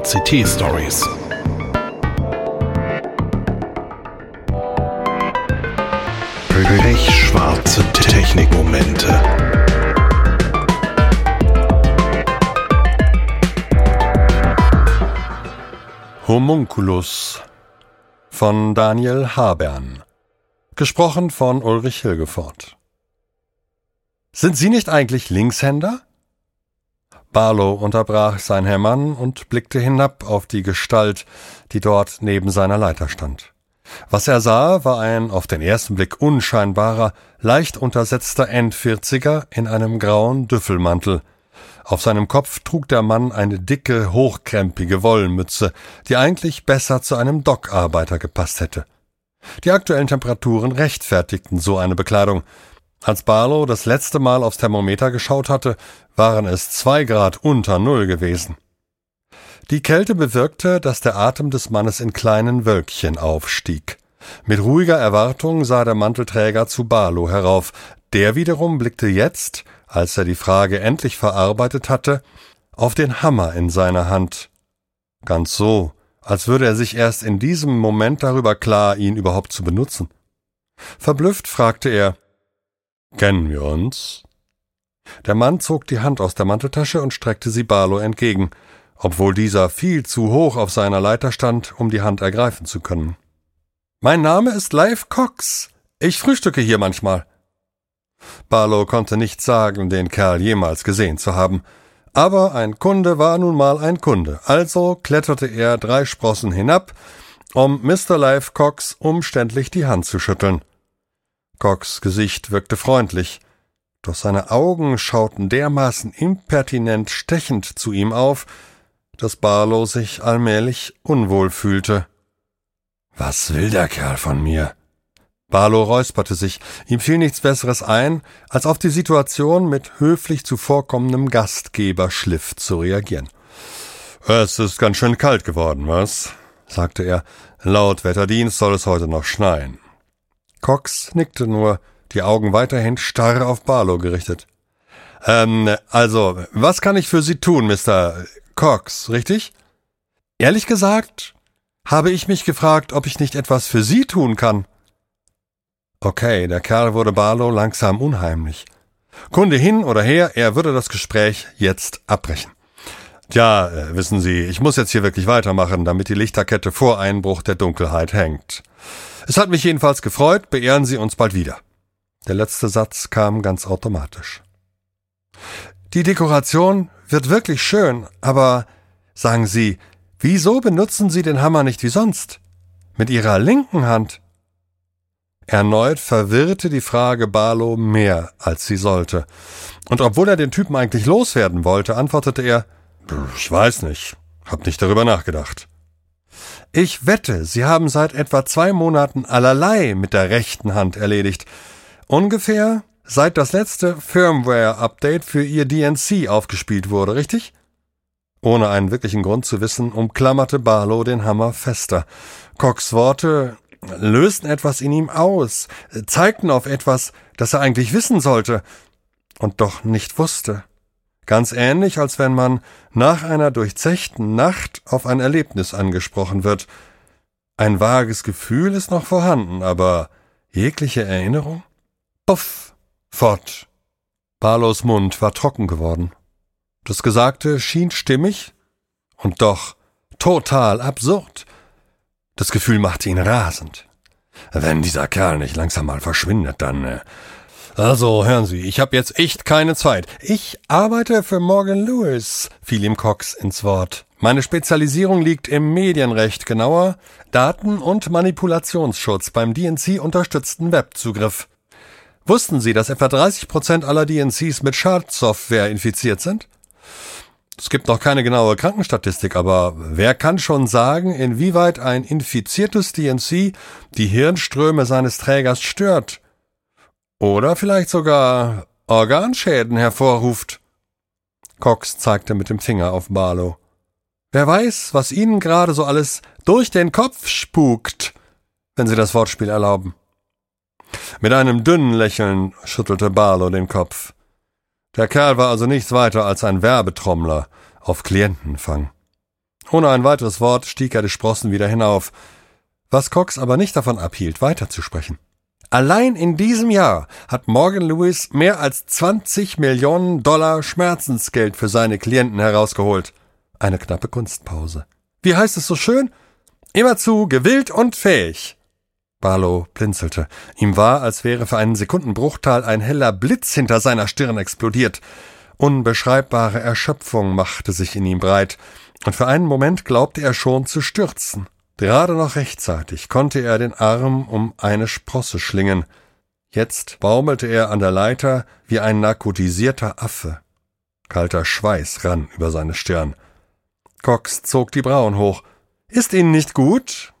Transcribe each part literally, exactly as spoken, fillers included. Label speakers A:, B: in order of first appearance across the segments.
A: C T-Stories. Pechschwarze Technikmomente. Homunculus von Daniel Habern. Gesprochen von Ulrich Hilgefort. Sind Sie nicht eigentlich Linkshänder? Barlow unterbrach sein Hämmern und blickte hinab auf die Gestalt, die dort neben seiner Leiter stand. Was er sah, war ein auf den ersten Blick unscheinbarer, leicht untersetzter Endvierziger in einem grauen Düffelmantel. Auf seinem Kopf trug der Mann eine dicke, hochkrempige Wollmütze, die eigentlich besser zu einem Dockarbeiter gepasst hätte. Die aktuellen Temperaturen rechtfertigten so eine Bekleidung. Als Barlow das letzte Mal aufs Thermometer geschaut hatte, waren es zwei Grad unter Null gewesen. Die Kälte bewirkte, dass der Atem des Mannes in kleinen Wölkchen aufstieg. Mit ruhiger Erwartung sah der Mantelträger zu Barlow herauf. Der wiederum blickte jetzt, als er die Frage endlich verarbeitet hatte, auf den Hammer in seiner Hand. Ganz so, als würde er sich erst in diesem Moment darüber klar, ihn überhaupt zu benutzen. Verblüfft fragte er: »Kennen wir uns?« Der Mann zog die Hand aus der Manteltasche und streckte sie Barlow entgegen, obwohl dieser viel zu hoch auf seiner Leiter stand, um die Hand ergreifen zu können. »Mein Name ist Leif Cox. Ich frühstücke hier manchmal.« Barlow konnte nicht sagen, den Kerl jemals gesehen zu haben. Aber ein Kunde war nun mal ein Kunde, also kletterte er drei Sprossen hinab, um Mister Leif Cox umständlich die Hand zu schütteln. Cox' Gesicht wirkte freundlich, doch seine Augen schauten dermaßen impertinent stechend zu ihm auf, dass Barlow sich allmählich unwohl fühlte. »Was will der Kerl von mir?« Barlow räusperte sich. Ihm fiel nichts Besseres ein, als auf die Situation mit höflich zuvorkommendem Gastgeberschliff zu reagieren. »Es ist ganz schön kalt geworden, was?« sagte er. »Laut Wetterdienst soll es heute noch schneien.« Cox nickte nur, die Augen weiterhin starr auf Barlow gerichtet. »Ähm, also, was kann ich für Sie tun, Mister Cox, richtig?« »Ehrlich gesagt, habe ich mich gefragt, ob ich nicht etwas für Sie tun kann.« Okay, der Kerl wurde Barlow langsam unheimlich. Kunde hin oder her, er würde das Gespräch jetzt abbrechen. »Tja, äh, wissen Sie, ich muss jetzt hier wirklich weitermachen, damit die Lichterkette vor Einbruch der Dunkelheit hängt. Es hat mich jedenfalls gefreut, beehren Sie uns bald wieder.« Der letzte Satz kam ganz automatisch. »Die Dekoration wird wirklich schön, aber, sagen Sie, wieso benutzen Sie den Hammer nicht wie sonst? Mit Ihrer linken Hand?« Erneut verwirrte die Frage Barlow mehr, als sie sollte. Und obwohl er den Typen eigentlich loswerden wollte, antwortete er: »Ich weiß nicht, hab nicht darüber nachgedacht.« »Ich wette, Sie haben seit etwa zwei Monaten allerlei mit der rechten Hand erledigt. Ungefähr seit das letzte Firmware-Update für Ihr D N C aufgespielt wurde, richtig?« Ohne einen wirklichen Grund zu wissen, umklammerte Barlow den Hammer fester. Cox' Worte lösten etwas in ihm aus, zeigten auf etwas, das er eigentlich wissen sollte und doch nicht wusste. Ganz ähnlich, als wenn man nach einer durchzechten Nacht auf ein Erlebnis angesprochen wird. Ein vages Gefühl ist noch vorhanden, aber jegliche Erinnerung? Puff, fort. Barlows Mund war trocken geworden. Das Gesagte schien stimmig und doch total absurd. Das Gefühl machte ihn rasend. Wenn dieser Kerl nicht langsam mal verschwindet, dann... Äh also, hören Sie, ich habe jetzt echt keine Zeit. Ich arbeite für Morgan Lewis, fiel ihm Cox ins Wort. Meine Spezialisierung liegt im Medienrecht, genauer Daten- und Manipulationsschutz beim D N C-unterstützten Webzugriff. Wussten Sie, dass etwa dreißig Prozent aller D N Cs mit Schadsoftware infiziert sind? Es gibt noch keine genaue Krankenstatistik, aber wer kann schon sagen, inwieweit ein infiziertes D N C die Hirnströme seines Trägers stört? Oder vielleicht sogar Organschäden hervorruft? Cox zeigte mit dem Finger auf Barlow. Wer weiß, was Ihnen gerade so alles durch den Kopf spukt, wenn Sie das Wortspiel erlauben. Mit einem dünnen Lächeln schüttelte Barlow den Kopf. Der Kerl war also nichts weiter als ein Werbetrommler auf Klientenfang. Ohne ein weiteres Wort stieg er die Sprossen wieder hinauf, was Cox aber nicht davon abhielt, weiterzusprechen. Allein in diesem Jahr hat Morgan Lewis mehr als zwanzig Millionen Dollar Schmerzensgeld für seine Klienten herausgeholt. Eine knappe Kunstpause. Wie heißt es so schön? Immerzu gewillt und fähig. Barlow blinzelte. Ihm war, als wäre für einen Sekundenbruchteil ein heller Blitz hinter seiner Stirn explodiert. Unbeschreibbare Erschöpfung machte sich in ihm breit, und für einen Moment glaubte er schon zu stürzen. Gerade noch rechtzeitig konnte er den Arm um eine Sprosse schlingen. Jetzt baumelte er an der Leiter wie ein narkotisierter Affe. Kalter Schweiß rann über seine Stirn. Cox zog die Brauen hoch. »Ist Ihnen nicht gut?«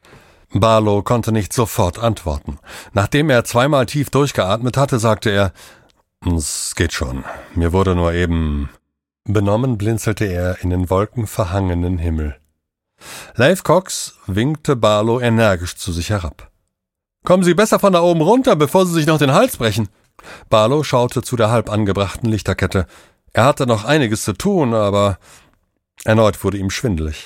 A: Barlow konnte nicht sofort antworten. Nachdem er zweimal tief durchgeatmet hatte, sagte er, »Es geht schon. Mir wurde nur eben...« Benommen blinzelte er in den wolkenverhangenen Himmel. Leif Cox winkte Barlow energisch zu sich herab. »Kommen Sie besser von da oben runter, bevor Sie sich noch den Hals brechen.« Barlow schaute zu der halb angebrachten Lichterkette. Er hatte noch einiges zu tun, aber erneut wurde ihm schwindelig.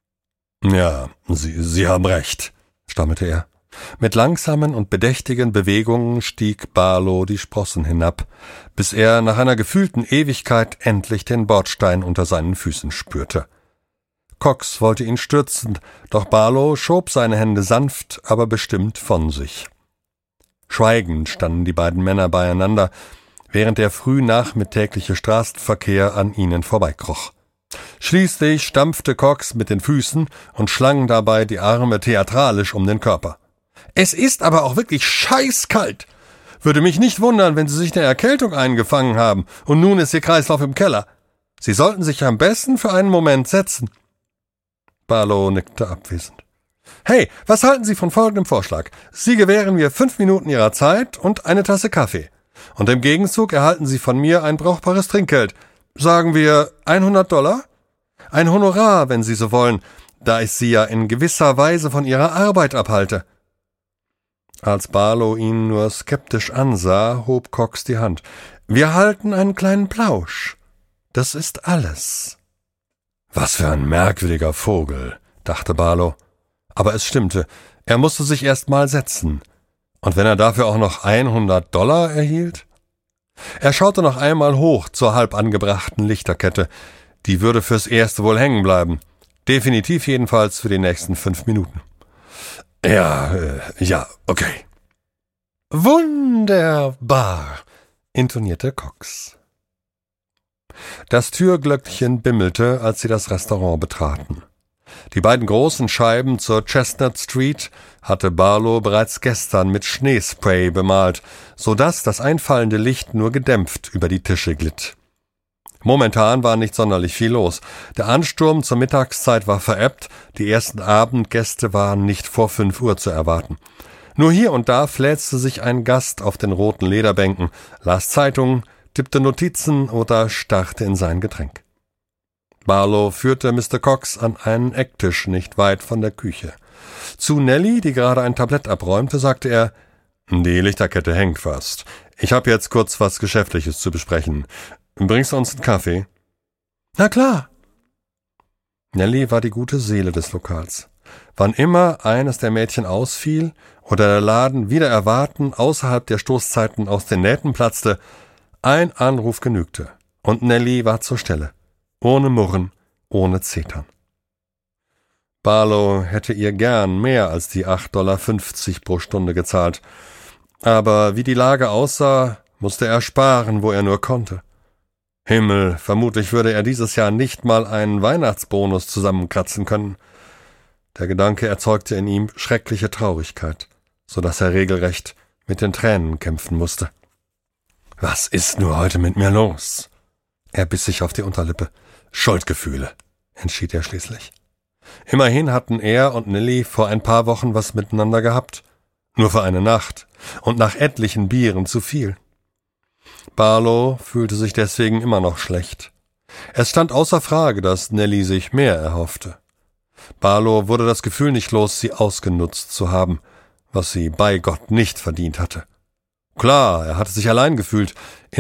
A: »Ja, Sie, Sie haben recht«, stammelte er. Mit langsamen und bedächtigen Bewegungen stieg Barlow die Sprossen hinab, bis er nach einer gefühlten Ewigkeit endlich den Bordstein unter seinen Füßen spürte. Cox wollte ihn stürzen, doch Barlow schob seine Hände sanft, aber bestimmt von sich. Schweigend standen die beiden Männer beieinander, während der frühnachmittägliche Straßenverkehr an ihnen vorbeikroch. Schließlich stampfte Cox mit den Füßen und schlang dabei die Arme theatralisch um den Körper. »Es ist aber auch wirklich scheißkalt. Würde mich nicht wundern, wenn Sie sich eine Erkältung eingefangen haben und nun ist Ihr Kreislauf im Keller. Sie sollten sich am besten für einen Moment setzen.« Barlow nickte abwesend. »Hey, was halten Sie von folgendem Vorschlag? Sie gewähren mir fünf Minuten Ihrer Zeit und eine Tasse Kaffee. Und im Gegenzug erhalten Sie von mir ein brauchbares Trinkgeld. Sagen wir hundert Dollar? Ein Honorar, wenn Sie so wollen, da ich Sie ja in gewisser Weise von Ihrer Arbeit abhalte.« Als Barlow ihn nur skeptisch ansah, hob Cox die Hand. »Wir halten einen kleinen Plausch. Das ist alles.« »Was für ein merkwürdiger Vogel«, dachte Barlow. Aber es stimmte, er musste sich erst mal setzen. Und wenn er dafür auch noch hundert Dollar erhielt? Er schaute noch einmal hoch zur halb angebrachten Lichterkette. Die würde fürs Erste wohl hängen bleiben. Definitiv jedenfalls für die nächsten fünf Minuten. »Ja, äh, ja, okay.« »Wunderbar«, intonierte Cox. Das Türglöckchen bimmelte, als sie das Restaurant betraten. Die beiden großen Scheiben zur Chestnut Street hatte Barlow bereits gestern mit Schneespray bemalt, so dass das einfallende Licht nur gedämpft über die Tische glitt. Momentan war nicht sonderlich viel los. Der Ansturm zur Mittagszeit war verebbt, die ersten Abendgäste waren nicht vor fünf Uhr zu erwarten. Nur hier und da fläzte sich ein Gast auf den roten Lederbänken, las Zeitungen, tippte Notizen oder starrte in sein Getränk. Barlow führte Mister Cox an einen Ecktisch nicht weit von der Küche. Zu Nellie, die gerade ein Tablett abräumte, sagte er, »Die Lichterkette hängt fast. Ich habe jetzt kurz was Geschäftliches zu besprechen. Bringst du uns einen Kaffee?« »Na klar.« Nellie war die gute Seele des Lokals. Wann immer eines der Mädchen ausfiel oder der Laden wider Erwarten außerhalb der Stoßzeiten aus den Nähten platzte, ein Anruf genügte, und Nellie war zur Stelle, ohne Murren, ohne Zetern. Barlow hätte ihr gern mehr als die acht Dollar fünfzig pro Stunde gezahlt, aber wie die Lage aussah, musste er sparen, wo er nur konnte. Himmel, vermutlich würde er dieses Jahr nicht mal einen Weihnachtsbonus zusammenkratzen können. Der Gedanke erzeugte in ihm schreckliche Traurigkeit, so dass er regelrecht mit den Tränen kämpfen musste. »Was ist nur heute mit mir los?« Er biss sich auf die Unterlippe. »Schuldgefühle«, entschied er schließlich. Immerhin hatten er und Nellie vor ein paar Wochen was miteinander gehabt. Nur für eine Nacht und nach etlichen Bieren zu viel. Barlow fühlte sich deswegen immer noch schlecht. Es stand außer Frage, dass Nellie sich mehr erhoffte. Barlow wurde das Gefühl nicht los, sie ausgenutzt zu haben, was sie bei Gott nicht verdient hatte. Klar, er hatte sich allein gefühlt,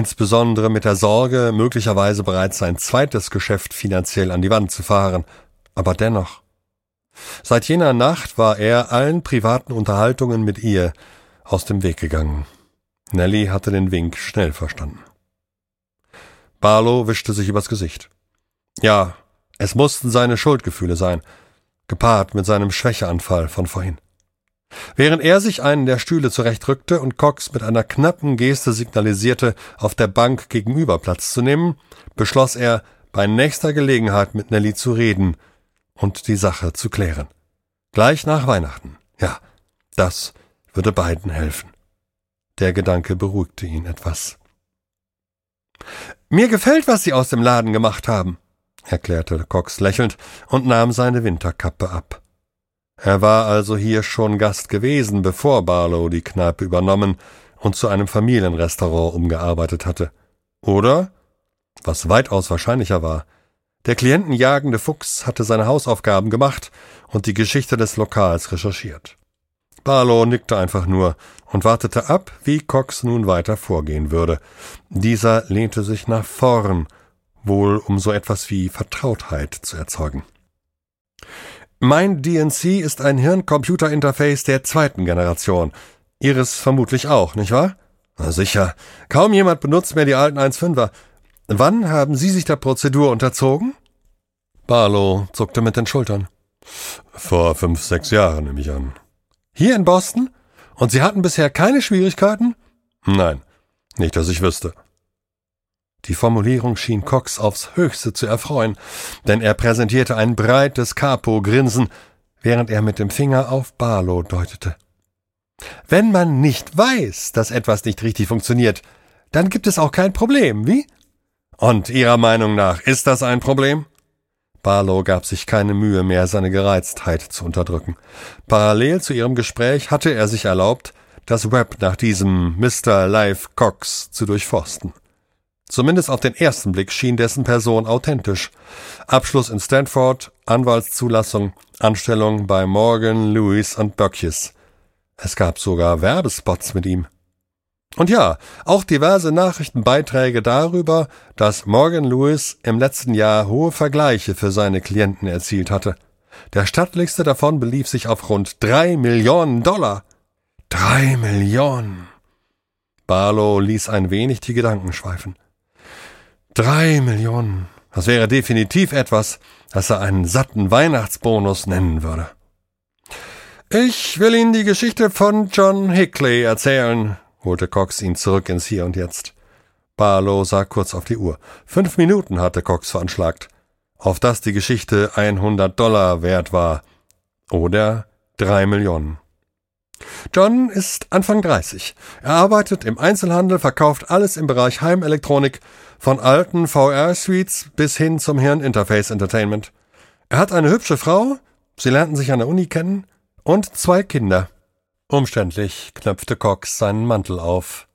A: insbesondere mit der Sorge, möglicherweise bereits sein zweites Geschäft finanziell an die Wand zu fahren. aber dennoch. Seit jener Nacht war er allen privaten Unterhaltungen mit ihr aus dem Weg gegangen. Nellie hatte den Wink schnell verstanden. Barlow wischte sich übers Gesicht. Ja, es mussten seine Schuldgefühle sein, gepaart mit seinem Schwächeanfall von vorhin. Während er sich einen der Stühle zurechtrückte und Cox mit einer knappen Geste signalisierte, auf der Bank gegenüber Platz zu nehmen, beschloss er, bei nächster Gelegenheit mit Nellie zu reden und die Sache zu klären. Gleich nach Weihnachten. Ja, das würde beiden helfen. Der Gedanke beruhigte ihn etwas. »Mir gefällt, was Sie aus dem Laden gemacht haben«, erklärte Cox lächelnd und nahm seine Winterkappe ab. Er war also hier schon Gast gewesen, bevor Barlow die Kneipe übernommen und zu einem Familienrestaurant umgearbeitet hatte. Oder, was weitaus wahrscheinlicher war, der klientenjagende Fuchs hatte seine Hausaufgaben gemacht und die Geschichte des Lokals recherchiert. Barlow nickte einfach nur und wartete ab, wie Cox nun weiter vorgehen würde. Dieser lehnte sich nach vorn, wohl um so etwas wie Vertrautheit zu erzeugen. Mein D N C ist ein Hirn-Computer-Interface der zweiten Generation. Ihres vermutlich auch, nicht wahr? Na sicher. Kaum jemand benutzt mehr die alten eins Komma fünfer. Wann haben Sie sich der Prozedur unterzogen? Barlow zuckte mit den Schultern. Vor fünf, sechs Jahren, nehme ich an. Hier in Boston? Und Sie hatten bisher keine Schwierigkeiten? Nein, nicht, dass ich wüsste. Die Formulierung schien Cox aufs Höchste zu erfreuen, denn er präsentierte ein breites Capo-Grinsen, während er mit dem Finger auf Barlow deutete. Wenn man nicht weiß, dass etwas nicht richtig funktioniert, dann gibt es auch kein Problem, wie? Und Ihrer Meinung nach ist das ein Problem? Barlow gab sich keine Mühe mehr, seine Gereiztheit zu unterdrücken. Parallel zu ihrem Gespräch hatte er sich erlaubt, das Web nach diesem Mister Live Cox zu durchforsten. Zumindest auf den ersten Blick schien dessen Person authentisch. Abschluss in Stanford, Anwaltszulassung, Anstellung bei Morgan, Lewis und Böckjes. Es gab sogar Werbespots mit ihm. Und ja, auch diverse Nachrichtenbeiträge darüber, dass Morgan Lewis im letzten Jahr hohe Vergleiche für seine Klienten erzielt hatte. Der stattlichste davon belief sich auf rund drei Millionen Dollar. Drei Millionen! Barlow ließ ein wenig die Gedanken schweifen. Drei Millionen. Das wäre definitiv etwas, das er einen satten Weihnachtsbonus nennen würde. Ich will Ihnen die Geschichte von John Hinckley erzählen, holte Cox ihn zurück ins Hier und Jetzt. Barlow sah kurz auf die Uhr. Fünf Minuten hatte Cox veranschlagt, auf das die Geschichte hundert Dollar wert war. Oder drei Millionen. John ist Anfang dreißig. Er arbeitet im Einzelhandel, verkauft alles im Bereich Heimelektronik, von alten V R-Suites bis hin zum Hirninterface Entertainment. Er hat eine hübsche Frau, sie lernten sich an der Uni kennen, und zwei Kinder. Umständlich knöpfte Cox seinen Mantel auf.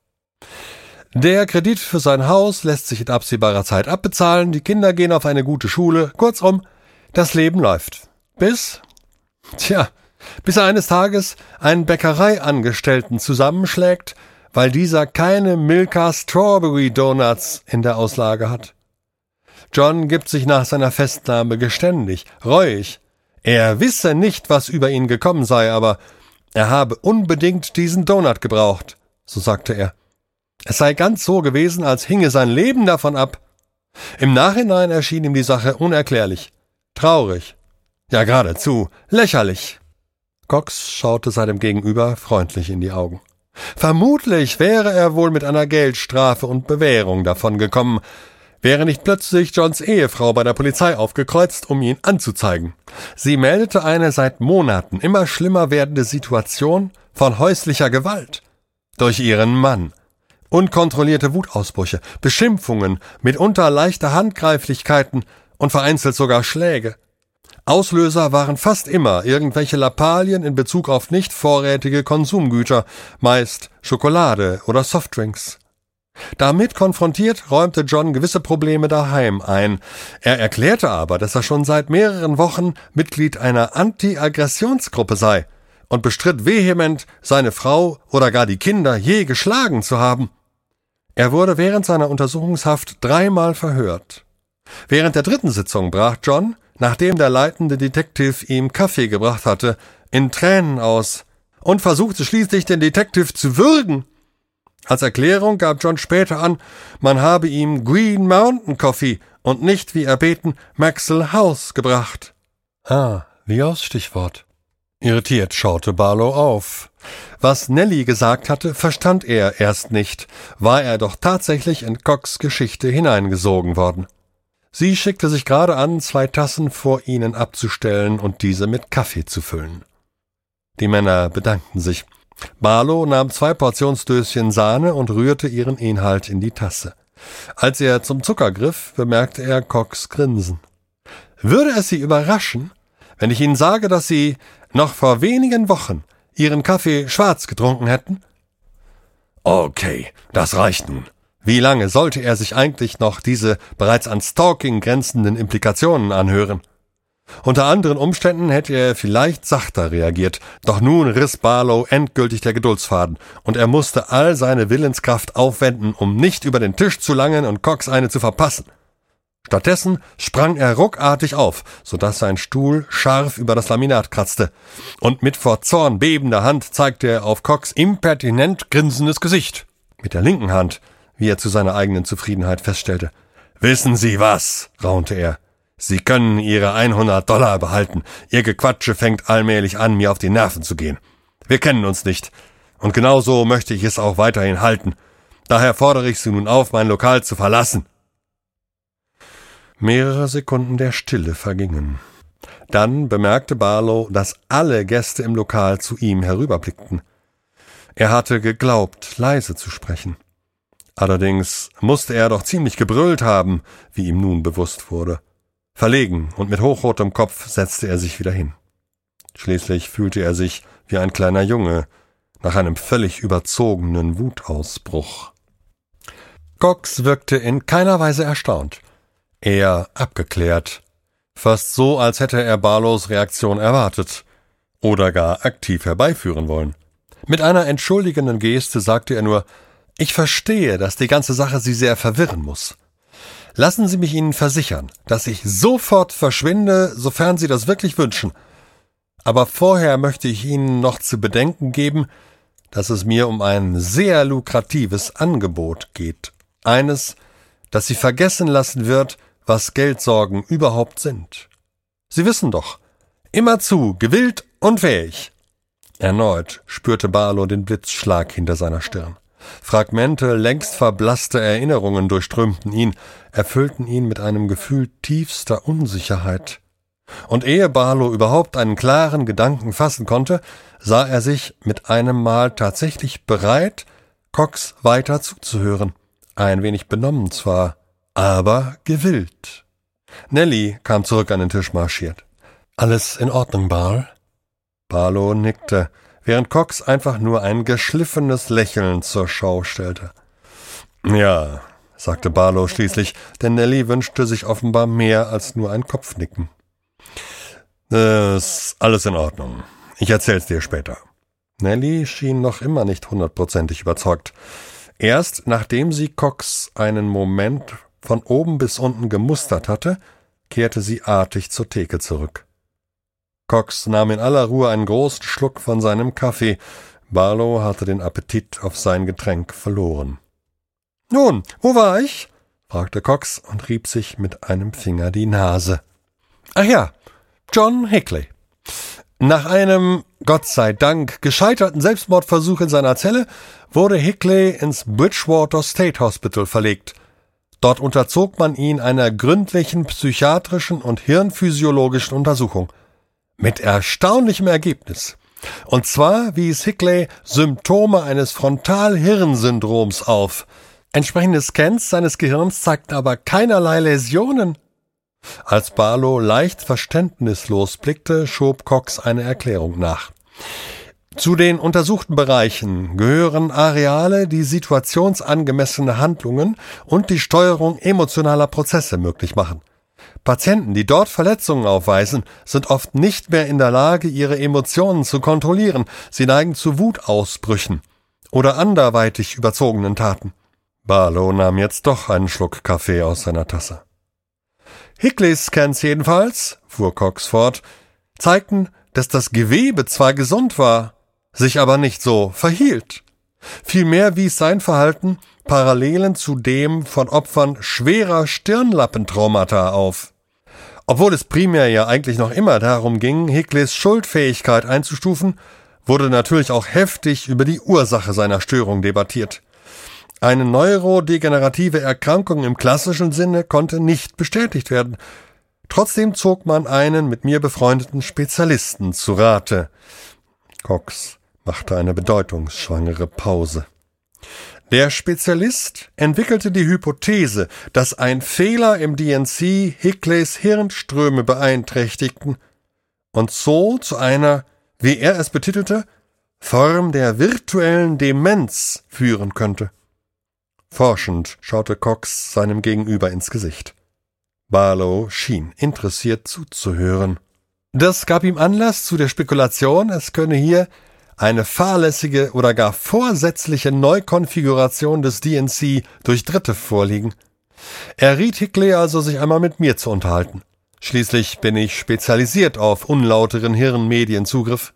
A: Der Kredit für sein Haus lässt sich in absehbarer Zeit abbezahlen, die Kinder gehen auf eine gute Schule, kurzum, das Leben läuft. Bis, tja, bis er eines Tages einen Bäckereiangestellten zusammenschlägt, weil dieser keine Milka Strawberry Donuts in der Auslage hat. John gibt sich nach seiner Festnahme geständig, reuig. Er wisse nicht, was über ihn gekommen sei, aber er habe unbedingt diesen Donut gebraucht, so sagte er. Es sei ganz so gewesen, als hinge sein Leben davon ab. Im Nachhinein erschien ihm die Sache unerklärlich, traurig, ja geradezu lächerlich. Cox schaute seinem Gegenüber freundlich in die Augen. Vermutlich wäre er wohl mit einer Geldstrafe und Bewährung davongekommen, wäre nicht plötzlich Johns Ehefrau bei der Polizei aufgekreuzt, um ihn anzuzeigen. Sie meldete eine seit Monaten immer schlimmer werdende Situation von häuslicher Gewalt durch ihren Mann. Unkontrollierte Wutausbrüche, Beschimpfungen, mitunter leichte Handgreiflichkeiten und vereinzelt sogar Schläge. Auslöser waren fast immer irgendwelche Lappalien in Bezug auf nicht vorrätige Konsumgüter, meist Schokolade oder Softdrinks. Damit konfrontiert, räumte John gewisse Probleme daheim ein. Er erklärte aber, dass er schon seit mehreren Wochen Mitglied einer Anti-Aggressionsgruppe sei und bestritt vehement, seine Frau oder gar die Kinder je geschlagen zu haben. Er wurde während seiner Untersuchungshaft dreimal verhört. Während der dritten Sitzung brach John, nachdem der leitende Detective ihm Kaffee gebracht hatte, in Tränen aus und versuchte schließlich, den Detective zu würgen. Als Erklärung gab John später an, man habe ihm Green Mountain Coffee und nicht, wie erbeten, Maxwell House gebracht. Ah, wie aus Stichwort. Irritiert schaute Barlow auf. Was Nellie gesagt hatte, verstand er erst nicht, war er doch tatsächlich in Cox' Geschichte hineingesogen worden. Sie schickte sich gerade an, zwei Tassen vor ihnen abzustellen und diese mit Kaffee zu füllen. Die Männer bedankten sich. Barlow nahm zwei Portionsdöschen Sahne und rührte ihren Inhalt in die Tasse. Als er zum Zucker griff, bemerkte er Cox' Grinsen. Würde es Sie überraschen, wenn ich Ihnen sage, dass Sie noch vor wenigen Wochen Ihren Kaffee schwarz getrunken hätten? Okay, das reicht nun. Wie lange sollte er sich eigentlich noch diese bereits an Stalking grenzenden Implikationen anhören? Unter anderen Umständen hätte er vielleicht sachter reagiert, doch nun riss Barlow endgültig der Geduldsfaden, und er musste all seine Willenskraft aufwenden, um nicht über den Tisch zu langen und Cox eine zu verpassen. Stattdessen sprang er ruckartig auf, so dass sein Stuhl scharf über das Laminat kratzte, und mit vor Zorn bebender Hand zeigte er auf Cox' impertinent grinsendes Gesicht. Mit der linken Hand, wie er zu seiner eigenen Zufriedenheit feststellte. »Wissen Sie was?« raunte er. »Sie können Ihre hundert Dollar behalten. Ihr Gequatsche fängt allmählich an, mir auf die Nerven zu gehen. Wir kennen uns nicht. Und genau so möchte ich es auch weiterhin halten. Daher fordere ich Sie nun auf, mein Lokal zu verlassen.« Mehrere Sekunden der Stille vergingen. Dann bemerkte Barlow, dass alle Gäste im Lokal zu ihm herüberblickten. Er hatte geglaubt, leise zu sprechen. Allerdings musste er doch ziemlich gebrüllt haben, wie ihm nun bewusst wurde. Verlegen und mit hochrotem Kopf setzte er sich wieder hin. Schließlich fühlte er sich wie ein kleiner Junge nach einem völlig überzogenen Wutausbruch. Cox wirkte in keiner Weise erstaunt, eher abgeklärt, fast so, als hätte er Barlows Reaktion erwartet oder gar aktiv herbeiführen wollen. Mit einer entschuldigenden Geste sagte er nur: »Ich verstehe, dass die ganze Sache Sie sehr verwirren muss. Lassen Sie mich Ihnen versichern, dass ich sofort verschwinde, sofern Sie das wirklich wünschen. Aber vorher möchte ich Ihnen noch zu bedenken geben, dass es mir um ein sehr lukratives Angebot geht. Eines, das Sie vergessen lassen wird, was Geldsorgen überhaupt sind. Sie wissen doch, immerzu gewillt und fähig.« Erneut spürte Barlow den Blitzschlag hinter seiner Stirn. Fragmente längst verblasster Erinnerungen durchströmten ihn, erfüllten ihn mit einem Gefühl tiefster Unsicherheit. Und ehe Barlow überhaupt einen klaren Gedanken fassen konnte, sah er sich mit einem Mal tatsächlich bereit, Cox weiter zuzuhören. Ein wenig benommen zwar, aber gewillt. Nellie kam zurück an den Tisch marschiert. »Alles in Ordnung, Barl?« Barlow nickte, während Cox einfach nur ein geschliffenes Lächeln zur Schau stellte. »Ja«, sagte Barlow schließlich, denn Nellie wünschte sich offenbar mehr als nur ein Kopfnicken. »Ist alles in Ordnung. Ich erzähl's dir später.« Nellie schien noch immer nicht hundertprozentig überzeugt. Erst nachdem sie Cox einen Moment von oben bis unten gemustert hatte, kehrte sie artig zur Theke zurück. Cox nahm in aller Ruhe einen großen Schluck von seinem Kaffee. Barlow hatte den Appetit auf sein Getränk verloren. »Nun, wo war ich?« fragte Cox und rieb sich mit einem Finger die Nase. »Ach ja, John Hinckley. Nach einem, Gott sei Dank, gescheiterten Selbstmordversuch in seiner Zelle wurde Hinckley ins Bridgewater State Hospital verlegt. Dort unterzog man ihn einer gründlichen psychiatrischen und hirnphysiologischen Untersuchung. Mit erstaunlichem Ergebnis. Und zwar wies Hinckley Symptome eines Frontalhirnsyndroms auf. Entsprechende Scans seines Gehirns zeigten aber keinerlei Läsionen. Als Barlow leicht verständnislos blickte, schob Cox eine Erklärung nach. Zu den untersuchten Bereichen gehören Areale, die situationsangemessene Handlungen und die Steuerung emotionaler Prozesse möglich machen. Patienten, die dort Verletzungen aufweisen, sind oft nicht mehr in der Lage, ihre Emotionen zu kontrollieren. Sie neigen zu Wutausbrüchen oder anderweitig überzogenen Taten. Barlow nahm jetzt doch einen Schluck Kaffee aus seiner Tasse. »Hickleys Scans jedenfalls«, fuhr Cox fort, zeigten, dass das Gewebe zwar gesund war, sich aber nicht so verhielt. Vielmehr wies sein Verhalten Parallelen zu dem von Opfern schwerer Stirnlappentraumata auf. Obwohl es primär ja eigentlich noch immer darum ging, Hickleys Schuldfähigkeit einzustufen, wurde natürlich auch heftig über die Ursache seiner Störung debattiert. Eine neurodegenerative Erkrankung im klassischen Sinne konnte nicht bestätigt werden. Trotzdem zog man einen mit mir befreundeten Spezialisten zu Rate. Cox machte eine bedeutungsschwangere Pause. Der Spezialist entwickelte die Hypothese, dass ein Fehler im D N C Hickleys Hirnströme beeinträchtigten und so zu einer, wie er es betitelte, Form der virtuellen Demenz führen könnte. Forschend schaute Cox seinem Gegenüber ins Gesicht. Barlow schien interessiert zuzuhören. Das gab ihm Anlass zu der Spekulation, es könne hier eine fahrlässige oder gar vorsätzliche Neukonfiguration des D N C durch Dritte vorliegen. Er riet Hickley also, sich einmal mit mir zu unterhalten. Schließlich bin ich spezialisiert auf unlauteren Hirnmedienzugriff.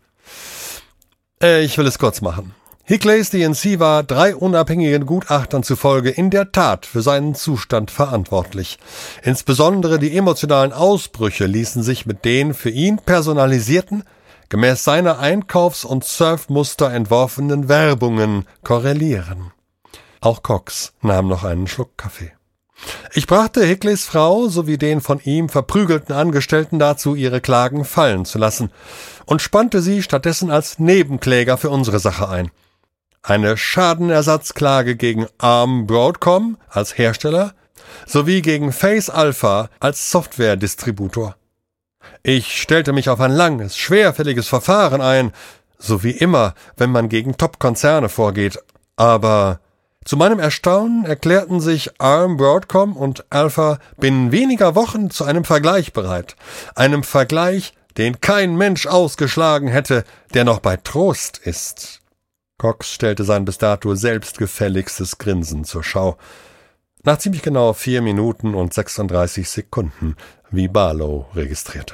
A: Äh, ich will es kurz machen. Hickleys D N C war drei unabhängigen Gutachtern zufolge in der Tat für seinen Zustand verantwortlich. Insbesondere die emotionalen Ausbrüche ließen sich mit den für ihn personalisierten, gemäß seiner Einkaufs- und Surfmuster entworfenen Werbungen korrelieren. Auch Cox nahm noch einen Schluck Kaffee. Ich brachte Hickleys Frau sowie den von ihm verprügelten Angestellten dazu, ihre Klagen fallen zu lassen und spannte sie stattdessen als Nebenkläger für unsere Sache ein. Eine Schadenersatzklage gegen Arm Broadcom als Hersteller sowie gegen Face Alpha als Software-Distributor. Ich stellte mich auf ein langes, schwerfälliges Verfahren ein, so wie immer, wenn man gegen Top-Konzerne vorgeht, aber zu meinem Erstaunen erklärten sich Arm Broadcom und Alpha binnen weniger Wochen zu einem Vergleich bereit, einem Vergleich, den kein Mensch ausgeschlagen hätte, der noch bei Trost ist. Cox stellte sein bis dato selbstgefälligstes Grinsen zur Schau. Nach ziemlich genau vier Minuten und sechsunddreißig Sekunden, wie Barlow registrierte.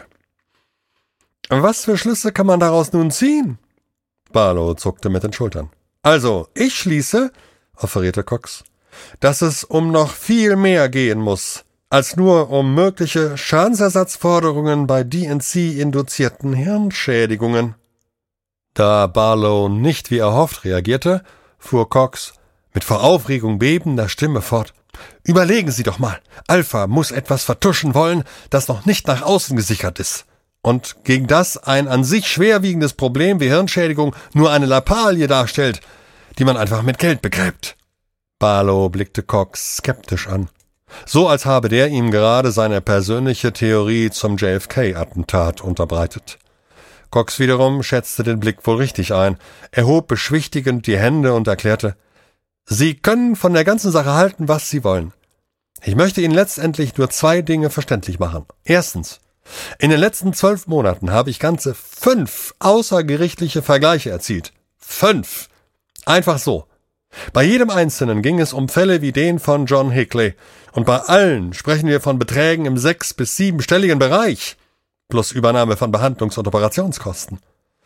A: »Was für Schlüsse kann man daraus nun ziehen?« Barlow zuckte mit den Schultern. »Also, ich schließe«, offerierte Cox, »dass es um noch viel mehr gehen muss, als nur um mögliche Schadensersatzforderungen bei D N C-induzierten Hirnschädigungen.« Da Barlow nicht wie erhofft reagierte, fuhr Cox mit vor Aufregung bebender Stimme fort. »Überlegen Sie doch mal, Alpha muss etwas vertuschen wollen, das noch nicht nach außen gesichert ist. Und gegen das ein an sich schwerwiegendes Problem wie Hirnschädigung nur eine Lappalie darstellt, die man einfach mit Geld begräbt.« Barlow blickte Cox skeptisch an, so als habe der ihm gerade seine persönliche Theorie zum J F K-Attentat unterbreitet. Cox wiederum schätzte den Blick wohl richtig ein, erhob beschwichtigend die Hände und erklärte, »Sie können von der ganzen Sache halten, was Sie wollen. Ich möchte Ihnen letztendlich nur zwei Dinge verständlich machen. Erstens, in den letzten zwölf Monaten habe ich ganze fünf außergerichtliche Vergleiche erzielt. Fünf! Einfach so. Bei jedem einzelnen ging es um Fälle wie den von John Hickley, und bei allen sprechen wir von Beträgen im sechs- bis siebenstelligen Bereich, plus Übernahme von Behandlungs- und Operationskosten.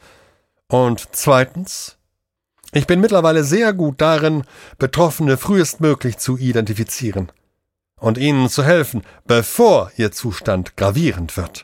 A: Und zweitens, ich bin mittlerweile sehr gut darin, Betroffene frühestmöglich zu identifizieren und ihnen zu helfen, bevor ihr Zustand gravierend wird.«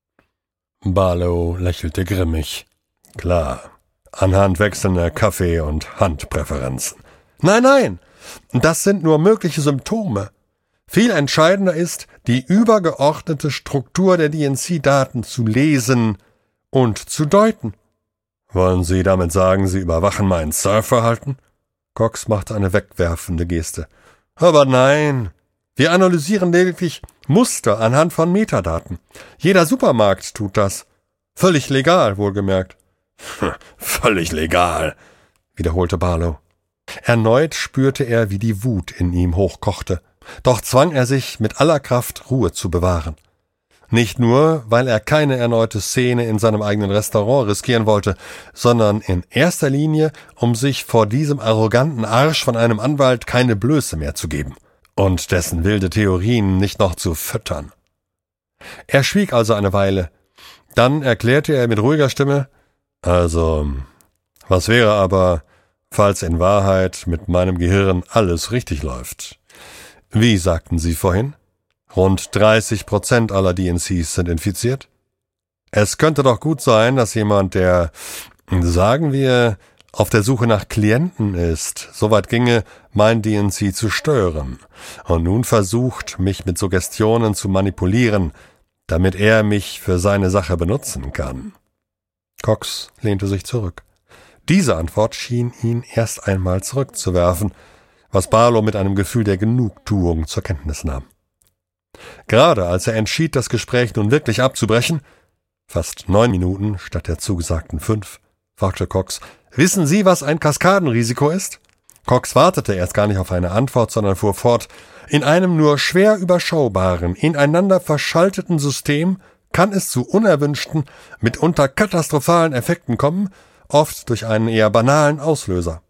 A: Barlow lächelte grimmig. »Klar, anhand wechselnder Kaffee- und Handpräferenzen.« »Nein, nein, das sind nur mögliche Symptome. Viel entscheidender ist, die übergeordnete Struktur der D N C-Daten zu lesen und zu deuten.« »Wollen Sie damit sagen, Sie überwachen mein Surfverhalten?« Cox machte eine wegwerfende Geste. »Aber nein, wir analysieren lediglich Muster anhand von Metadaten. Jeder Supermarkt tut das. Völlig legal, wohlgemerkt.« »Völlig legal«, wiederholte Barlow. Erneut spürte er, wie die Wut in ihm hochkochte. Doch zwang er sich mit aller Kraft, Ruhe zu bewahren. Nicht nur, weil er keine erneute Szene in seinem eigenen Restaurant riskieren wollte, sondern in erster Linie, um sich vor diesem arroganten Arsch von einem Anwalt keine Blöße mehr zu geben und dessen wilde Theorien nicht noch zu füttern. Er schwieg also eine Weile. Dann erklärte er mit ruhiger Stimme, »Also, was wäre aber, falls in Wahrheit mit meinem Gehirn alles richtig läuft? Wie sagten Sie vorhin? Rund dreißig Prozent aller D N Cs sind infiziert? Es könnte doch gut sein, dass jemand, der, sagen wir, auf der Suche nach Klienten ist, soweit ginge, mein D N C zu stören und nun versucht, mich mit Suggestionen zu manipulieren, damit er mich für seine Sache benutzen kann.« Cox lehnte sich zurück. Diese Antwort schien ihn erst einmal zurückzuwerfen, was Barlow mit einem Gefühl der Genugtuung zur Kenntnis nahm. Gerade als er entschied, das Gespräch nun wirklich abzubrechen, fast neun Minuten statt der zugesagten fünf, fragte Cox, »Wissen Sie, was ein Kaskadenrisiko ist?« Cox wartete erst gar nicht auf eine Antwort, sondern fuhr fort, »In einem nur schwer überschaubaren, ineinander verschalteten System kann es zu unerwünschten, mitunter katastrophalen Effekten kommen, oft durch einen eher banalen Auslöser.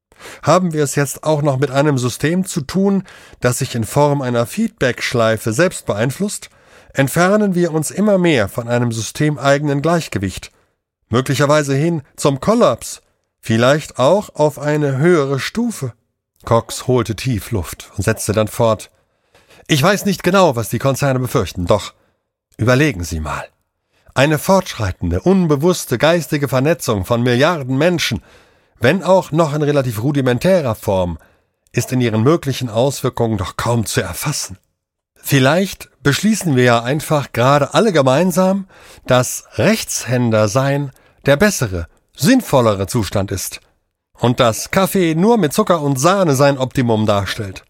A: Haben wir es jetzt auch noch mit einem System zu tun, das sich in Form einer Feedback-Schleife selbst beeinflusst, entfernen wir uns immer mehr von einem systemeigenen Gleichgewicht, möglicherweise hin zum Kollaps, vielleicht auch auf eine höhere Stufe.« Cox holte tief Luft und setzte dann fort, »Ich weiß nicht genau, was die Konzerne befürchten, doch überlegen Sie mal. Eine fortschreitende, unbewusste geistige Vernetzung von Milliarden Menschen, wenn auch noch in relativ rudimentärer Form, ist in ihren möglichen Auswirkungen doch kaum zu erfassen. Vielleicht beschließen wir ja einfach gerade alle gemeinsam, dass Rechtshänder sein der bessere, sinnvollere Zustand ist und dass Kaffee nur mit Zucker und Sahne sein Optimum darstellt.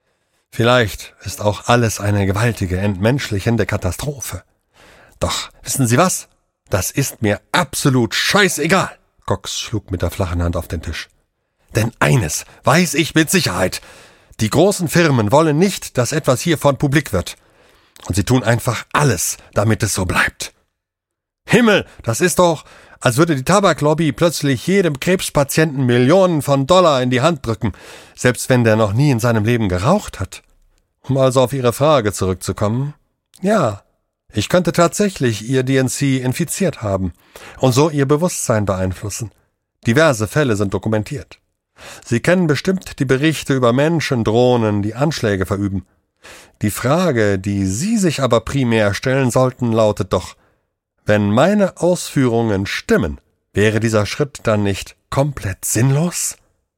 A: Vielleicht ist auch alles eine gewaltige, entmenschlichende Katastrophe. Doch, wissen Sie was? Das ist mir absolut scheißegal.« Cox schlug mit der flachen Hand auf den Tisch. »Denn eines weiß ich mit Sicherheit. Die großen Firmen wollen nicht, dass etwas hiervon publik wird. Und sie tun einfach alles, damit es so bleibt. Himmel, das ist doch, als würde die Tabaklobby plötzlich jedem Krebspatienten Millionen von Dollar in die Hand drücken, selbst wenn der noch nie in seinem Leben geraucht hat. Um also auf Ihre Frage zurückzukommen, ja, ich könnte tatsächlich Ihr D N C infiziert haben und so Ihr Bewusstsein beeinflussen. Diverse Fälle sind dokumentiert. Sie kennen bestimmt die Berichte über Menschen, Drohnen, die Anschläge verüben. Die Frage, die Sie sich aber primär stellen sollten, lautet doch, wenn meine Ausführungen stimmen, wäre dieser Schritt dann nicht komplett sinnlos?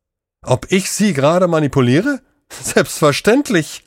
A: Ob ich Sie gerade manipuliere? Selbstverständlich!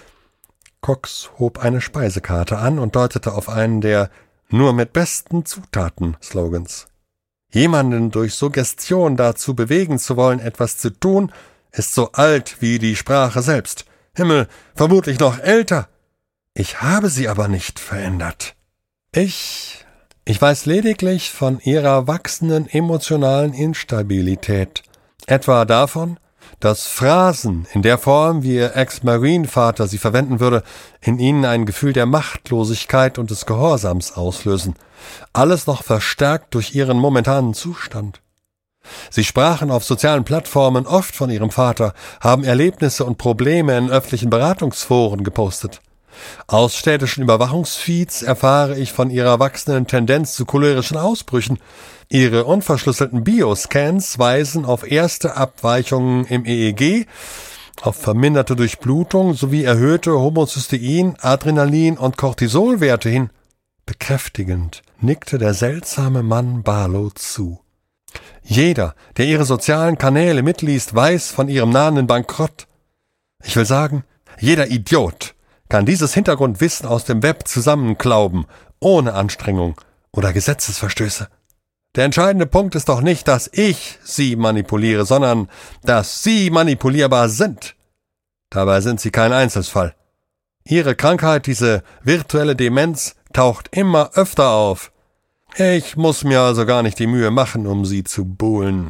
A: Cox hob eine Speisekarte an und deutete auf einen der »Nur mit besten Zutaten« Slogans. Jemanden durch Suggestion dazu bewegen zu wollen, etwas zu tun, ist so alt wie die Sprache selbst. Himmel, vermutlich noch älter. Ich habe sie aber nicht verändert. Ich, ich weiß lediglich von ihrer wachsenden emotionalen Instabilität. Etwa davon, dass Phrasen in der Form, wie ihr Ex-Marine-Vater sie verwenden würde, in ihnen ein Gefühl der Machtlosigkeit und des Gehorsams auslösen. Alles noch verstärkt durch ihren momentanen Zustand. Sie sprachen auf sozialen Plattformen oft von ihrem Vater, haben Erlebnisse und Probleme in öffentlichen Beratungsforen gepostet. Aus städtischen Überwachungsfeeds erfahre ich von ihrer wachsenden Tendenz zu cholerischen Ausbrüchen. Ihre unverschlüsselten Bioscans weisen auf erste Abweichungen im E E G, auf verminderte Durchblutung sowie erhöhte Homocystein, Adrenalin- und Cortisolwerte hin. Bekräftigend nickte der seltsame Mann Barlow zu. Jeder, der ihre sozialen Kanäle mitliest, weiß von ihrem nahenden Bankrott. Ich will sagen, jeder Idiot kann dieses Hintergrundwissen aus dem Web zusammenklauben, ohne Anstrengung oder Gesetzesverstöße. Der entscheidende Punkt ist doch nicht, dass ich sie manipuliere, sondern dass sie manipulierbar sind. Dabei sind sie kein Einzelfall. Ihre Krankheit, diese virtuelle Demenz, taucht immer öfter auf. Ich muss mir also gar nicht die Mühe machen, um sie zu buhlen.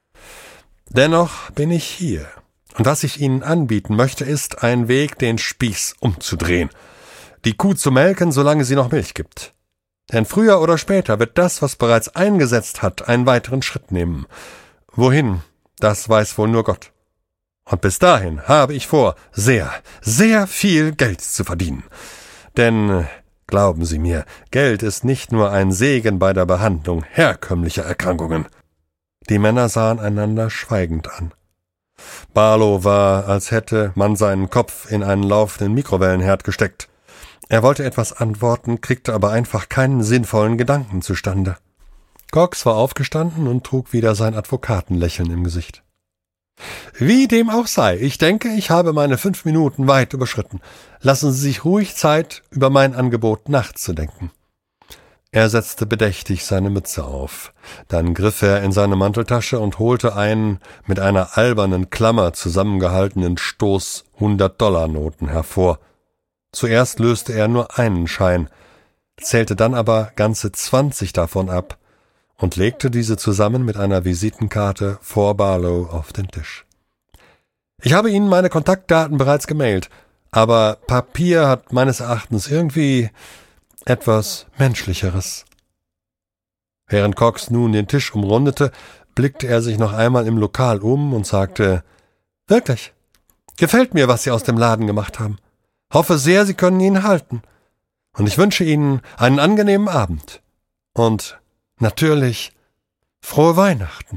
A: Dennoch bin ich hier. Und was ich Ihnen anbieten möchte, ist ein Weg, den Spieß umzudrehen. Die Kuh zu melken, solange sie noch Milch gibt. Denn früher oder später wird das, was bereits eingesetzt hat, einen weiteren Schritt nehmen. Wohin, das weiß wohl nur Gott. Und bis dahin habe ich vor, sehr, sehr viel Geld zu verdienen. Denn Glauben Sie mir, Geld ist nicht nur ein Segen bei der Behandlung herkömmlicher Erkrankungen. Die Männer sahen einander schweigend an. Barlow war, als hätte man seinen Kopf in einen laufenden Mikrowellenherd gesteckt. Er wollte etwas antworten, kriegte aber einfach keinen sinnvollen Gedanken zustande. Cox war aufgestanden und trug wieder sein Advokatenlächeln im Gesicht. »Wie dem auch sei, ich denke, ich habe meine fünf Minuten weit überschritten. Lassen Sie sich ruhig Zeit, über mein Angebot nachzudenken.« Er setzte bedächtig seine Mütze auf. Dann griff er in seine Manteltasche und holte einen mit einer albernen Klammer zusammengehaltenen Stoß hundert-Dollar-Noten hervor. Zuerst löste er nur einen Schein, zählte dann aber ganze zwanzig davon ab und legte diese zusammen mit einer Visitenkarte vor Barlow auf den Tisch. »Ich habe Ihnen meine Kontaktdaten bereits gemailt, aber Papier hat meines Erachtens irgendwie etwas Menschlicheres.« Während Cox nun den Tisch umrundete, blickte er sich noch einmal im Lokal um und sagte, »Wirklich, gefällt mir, was Sie aus dem Laden gemacht haben. Hoffe sehr, Sie können ihn halten. Und ich wünsche Ihnen einen angenehmen Abend. Und natürlich frohe Weihnachten.«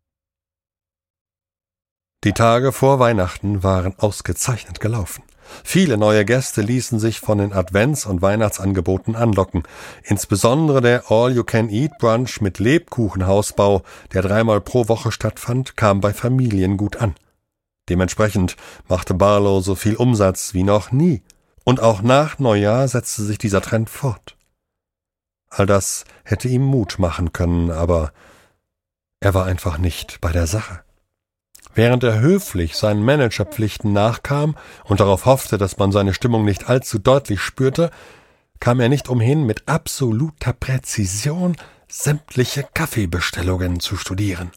A: Die Tage vor Weihnachten waren ausgezeichnet gelaufen. Viele neue Gäste ließen sich von den Advents- und Weihnachtsangeboten anlocken. Insbesondere der All-You-Can-Eat-Brunch mit Lebkuchenhausbau, der dreimal pro Woche stattfand, kam bei Familien gut an. Dementsprechend machte Barlow so viel Umsatz wie noch nie. Und auch nach Neujahr setzte sich dieser Trend fort. All das hätte ihm Mut machen können, aber er war einfach nicht bei der Sache. Während er höflich seinen Managerpflichten nachkam und darauf hoffte, dass man seine Stimmung nicht allzu deutlich spürte, kam er nicht umhin, mit absoluter Präzision sämtliche Kaffeebestellungen zu studieren.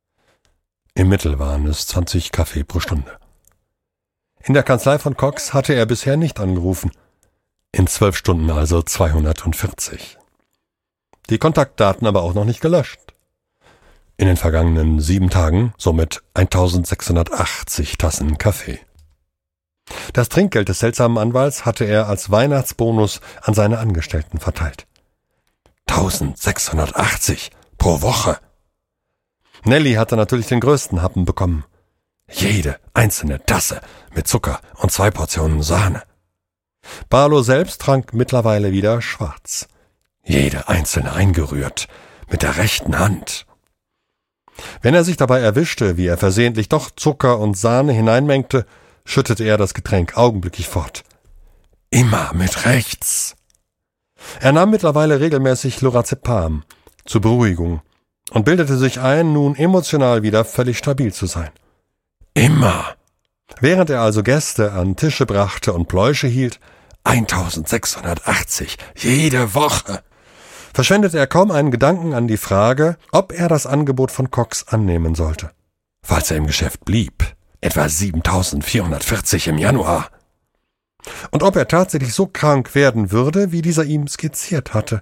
A: Im Mittel waren es zwanzig Kaffee pro Stunde. In der Kanzlei von Cox hatte er bisher nicht angerufen. In zwölf Stunden also zweihundertvierzig. Die Kontaktdaten aber auch noch nicht gelöscht. In den vergangenen sieben Tagen somit eintausendsechshundertachtzig Tassen Kaffee. Das Trinkgeld des seltsamen Anwalts hatte er als Weihnachtsbonus an seine Angestellten verteilt. eintausendsechshundertachtzig pro Woche! Nelly hatte natürlich den größten Happen bekommen. Jede einzelne Tasse mit Zucker und zwei Portionen Sahne. Barlow selbst trank mittlerweile wieder schwarz. Jede einzelne eingerührt, mit der rechten Hand. Wenn er sich dabei erwischte, wie er versehentlich doch Zucker und Sahne hineinmengte, schüttete er das Getränk augenblicklich fort. Immer mit rechts. Er nahm mittlerweile regelmäßig Lorazepam zur Beruhigung und bildete sich ein, nun emotional wieder völlig stabil zu sein. Immer. Während er also Gäste an Tische brachte und Pläusche hielt, eintausendsechshundertachtzig jede Woche, verschwendete er kaum einen Gedanken an die Frage, ob er das Angebot von Cox annehmen sollte. Falls er im Geschäft blieb, etwa siebentausendvierhundertvierzig im Januar. Und ob er tatsächlich so krank werden würde, wie dieser ihm skizziert hatte.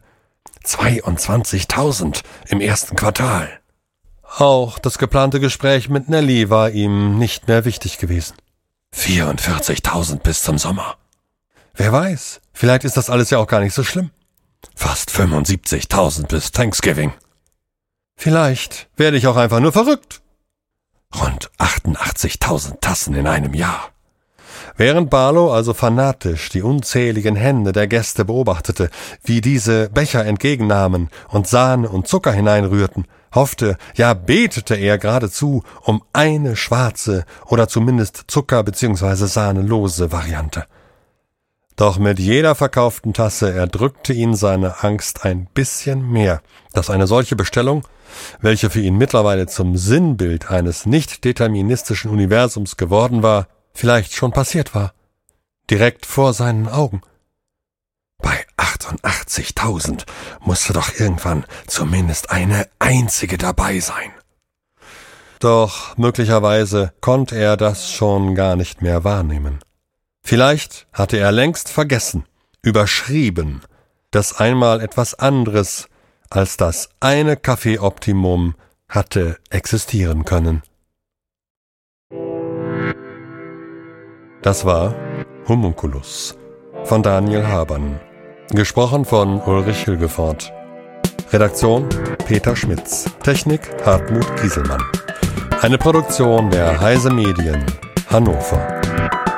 A: zweiundzwanzigtausend im ersten Quartal. Auch das geplante Gespräch mit Nelly war ihm nicht mehr wichtig gewesen. vierundvierzigtausend bis zum Sommer. Wer weiß, vielleicht ist das alles ja auch gar nicht so schlimm. Fast fünfundsiebzigtausend bis Thanksgiving. Vielleicht werde ich auch einfach nur verrückt. Rund achtundachtzigtausend Tassen in einem Jahr. Während Barlow also fanatisch die unzähligen Hände der Gäste beobachtete, wie diese Becher entgegennahmen und Sahne und Zucker hineinrührten, hoffte, ja betete er geradezu um eine schwarze oder zumindest Zucker- bzw. sahnelose Variante. Doch mit jeder verkauften Tasse erdrückte ihn seine Angst ein bisschen mehr, dass eine solche Bestellung, welche für ihn mittlerweile zum Sinnbild eines nicht deterministischen Universums geworden war, vielleicht schon passiert war. Direkt vor seinen Augen. Bei achtundachtzigtausend musste doch irgendwann zumindest eine einzige dabei sein. Doch möglicherweise konnte er das schon gar nicht mehr wahrnehmen. Vielleicht hatte er längst vergessen, überschrieben, dass einmal etwas anderes als das eine Kaffeeoptimum hatte existieren können. Das war Homunculus von Daniel Habern, Gesprochen von Ulrich Hilgefort. Redaktion Peter Schmitz. Technik Hartmut Gieselmann. Eine Produktion der Heise Medien Hannover.